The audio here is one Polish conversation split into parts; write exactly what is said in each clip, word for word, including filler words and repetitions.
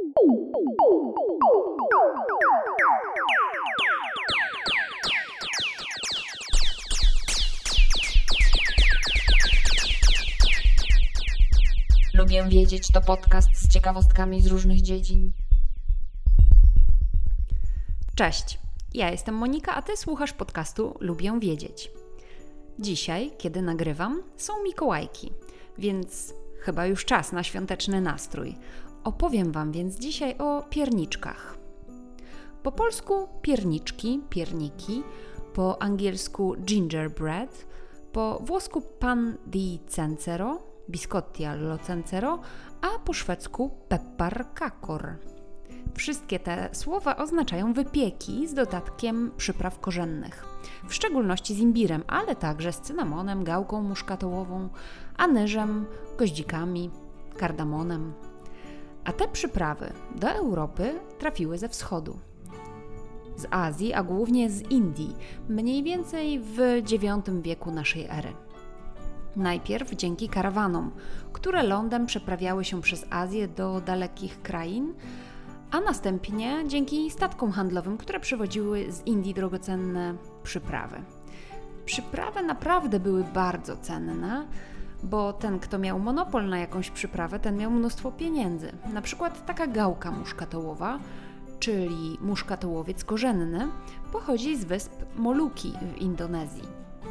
Lubię wiedzieć to podcast z ciekawostkami z różnych dziedzin. Cześć, ja jestem Monika, a Ty słuchasz podcastu Lubię wiedzieć. Dzisiaj, kiedy nagrywam, są Mikołajki, więc chyba już czas na świąteczny nastrój. Opowiem Wam więc dzisiaj o pierniczkach. Po polsku pierniczki, pierniki, po angielsku gingerbread, po włosku pan di cencero, biscotti allo cencero, a po szwedzku pepparkakor. Wszystkie te słowa oznaczają wypieki z dodatkiem przypraw korzennych, w szczególności z imbirem, ale także z cynamonem, gałką muszkatołową, anyżem, goździkami, kardamonem. A te przyprawy do Europy trafiły ze wschodu. Z Azji, a głównie z Indii, mniej więcej w dziewiątym wieku naszej ery. Najpierw dzięki karawanom, które lądem przeprawiały się przez Azję do dalekich krain, a następnie dzięki statkom handlowym, które przywoziły z Indii drogocenne przyprawy. Przyprawy naprawdę były bardzo cenne, bo ten, kto miał monopol na jakąś przyprawę, ten miał mnóstwo pieniędzy. Na przykład taka gałka muszkatołowa, czyli muszkatołowiec korzenny, pochodzi z wysp Moluki w Indonezji.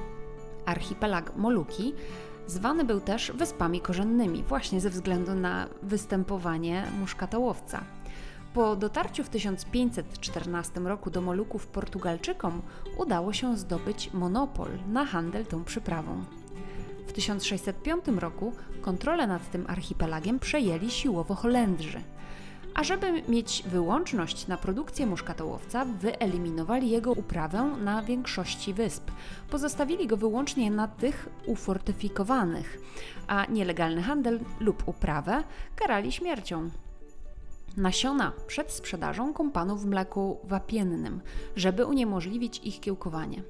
Archipelag Moluki zwany był też wyspami korzennymi, właśnie ze względu na występowanie muszkatołowca. Po dotarciu w tysiąc pięćset czternastym roku do Moluków Portugalczykom udało się zdobyć monopol na handel tą przyprawą. W tysiąc sześćset piątym roku kontrolę nad tym archipelagiem przejęli siłowo Holendrzy. A żeby mieć wyłączność na produkcję muszkatołowca, wyeliminowali jego uprawę na większości wysp. Pozostawili go wyłącznie na tych ufortyfikowanych, a nielegalny handel lub uprawę karali śmiercią. Nasiona przed sprzedażą kąpano w mleku wapiennym, żeby uniemożliwić ich kiełkowanie.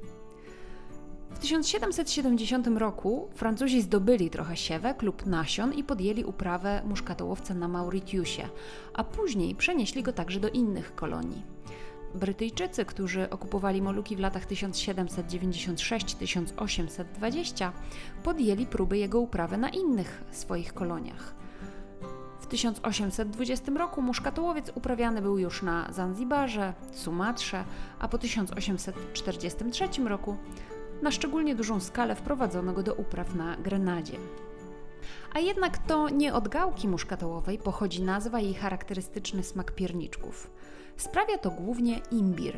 W tysiąc siedemset siedemdziesiątym roku Francuzi zdobyli trochę siewek lub nasion i podjęli uprawę muszkatołowca na Mauritiusie, a później przenieśli go także do innych kolonii. Brytyjczycy, którzy okupowali Moluki w latach tysiąc siedemset dziewięćdziesiąt szósty do tysiąc osiemset dwudziestego, podjęli próby jego uprawy na innych swoich koloniach. W tysiąc osiemset dwudziestym roku muszkatołowiec uprawiany był już na Zanzibarze, Sumatrze, a po tysiąc osiemset czterdziestym trzecim roku na szczególnie dużą skalę wprowadzono go do upraw na Grenadzie. A jednak to nie od gałki muszkatołowej pochodzi nazwa i charakterystyczny smak pierniczków. Sprawia to głównie imbir.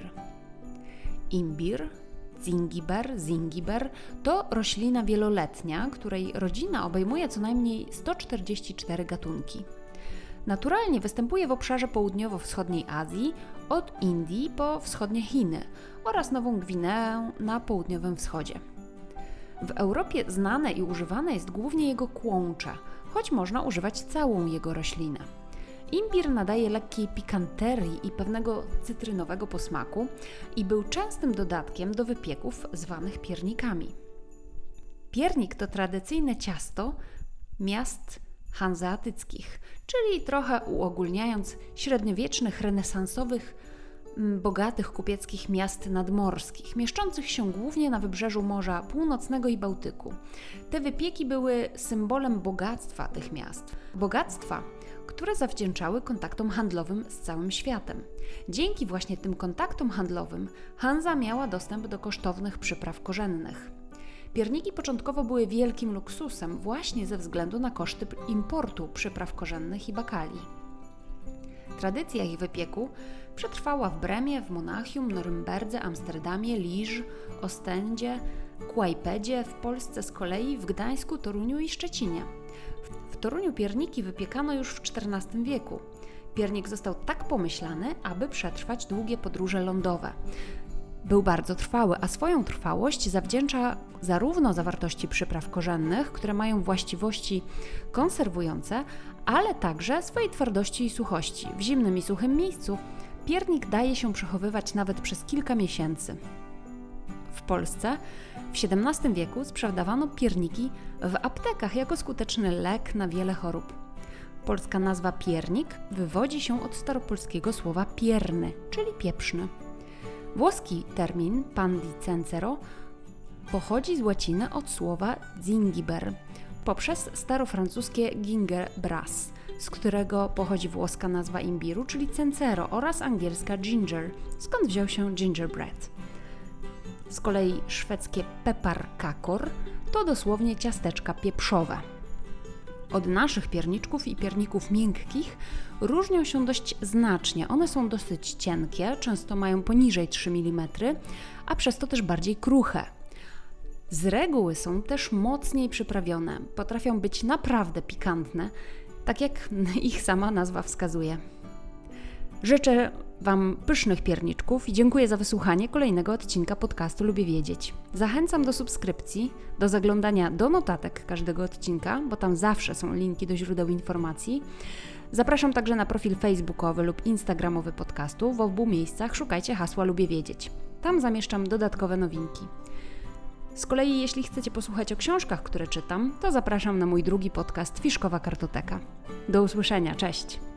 Imbir, zingiber, zingiber to roślina wieloletnia, której rodzina obejmuje co najmniej sto czterdzieści cztery gatunki. Naturalnie występuje w obszarze południowo-wschodniej Azji, od Indii po wschodnie Chiny oraz Nową Gwineę na południowym wschodzie. W Europie znane i używane jest głównie jego kłącze, choć można używać całą jego roślinę. Imbir nadaje lekkiej pikanterii i pewnego cytrynowego posmaku i był częstym dodatkiem do wypieków zwanych piernikami. Piernik to tradycyjne ciasto miast hanzeatyckich, czyli trochę uogólniając średniowiecznych, renesansowych, bogatych kupieckich miast nadmorskich, mieszczących się głównie na wybrzeżu Morza Północnego i Bałtyku. Te wypieki były symbolem bogactwa tych miast. Bogactwa, które zawdzięczały kontaktom handlowym z całym światem. Dzięki właśnie tym kontaktom handlowym Hanza miała dostęp do kosztownych przypraw korzennych. Pierniki początkowo były wielkim luksusem właśnie ze względu na koszty importu przypraw korzennych i bakali. Tradycja ich wypieku przetrwała w Bremie, w Monachium, Norymberdze, Amsterdamie, Liż, Ostendzie, Kłajpedzie, w Polsce z kolei, w Gdańsku, Toruniu i Szczecinie. W Toruniu pierniki wypiekano już w czternastym wieku. Piernik został tak pomyślany, aby przetrwać długie podróże lądowe. Był bardzo trwały, a swoją trwałość zawdzięcza zarówno zawartości przypraw korzennych, które mają właściwości konserwujące, ale także swojej twardości i suchości. W zimnym i suchym miejscu piernik daje się przechowywać nawet przez kilka miesięcy. W Polsce w siedemnastym wieku sprzedawano pierniki w aptekach jako skuteczny lek na wiele chorób. Polska nazwa piernik wywodzi się od staropolskiego słowa pierny, czyli pieprzny. Włoski termin pan di cencero pochodzi z łaciny od słowa zingiber, poprzez starofrancuskie gingerbras, z którego pochodzi włoska nazwa imbiru, czyli cencero, oraz angielska ginger, skąd wziął się gingerbread. Z kolei szwedzkie pepparkakor to dosłownie ciasteczka pieprzowe. Od naszych pierniczków i pierników miękkich różnią się dość znacznie. One są dosyć cienkie, często mają poniżej trzy milimetry, a przez to też bardziej kruche. Z reguły są też mocniej przyprawione, potrafią być naprawdę pikantne, tak jak ich sama nazwa wskazuje. Życzę Wam pysznych pierniczków i dziękuję za wysłuchanie kolejnego odcinka podcastu Lubię Wiedzieć. Zachęcam do subskrypcji, do zaglądania do notatek każdego odcinka, bo tam zawsze są linki do źródeł informacji. Zapraszam także na profil facebookowy lub instagramowy podcastu. W obu miejscach szukajcie hasła Lubię Wiedzieć. Tam zamieszczam dodatkowe nowinki. Z kolei jeśli chcecie posłuchać o książkach, które czytam, to zapraszam na mój drugi podcast Fiszkowa Kartoteka. Do usłyszenia, cześć!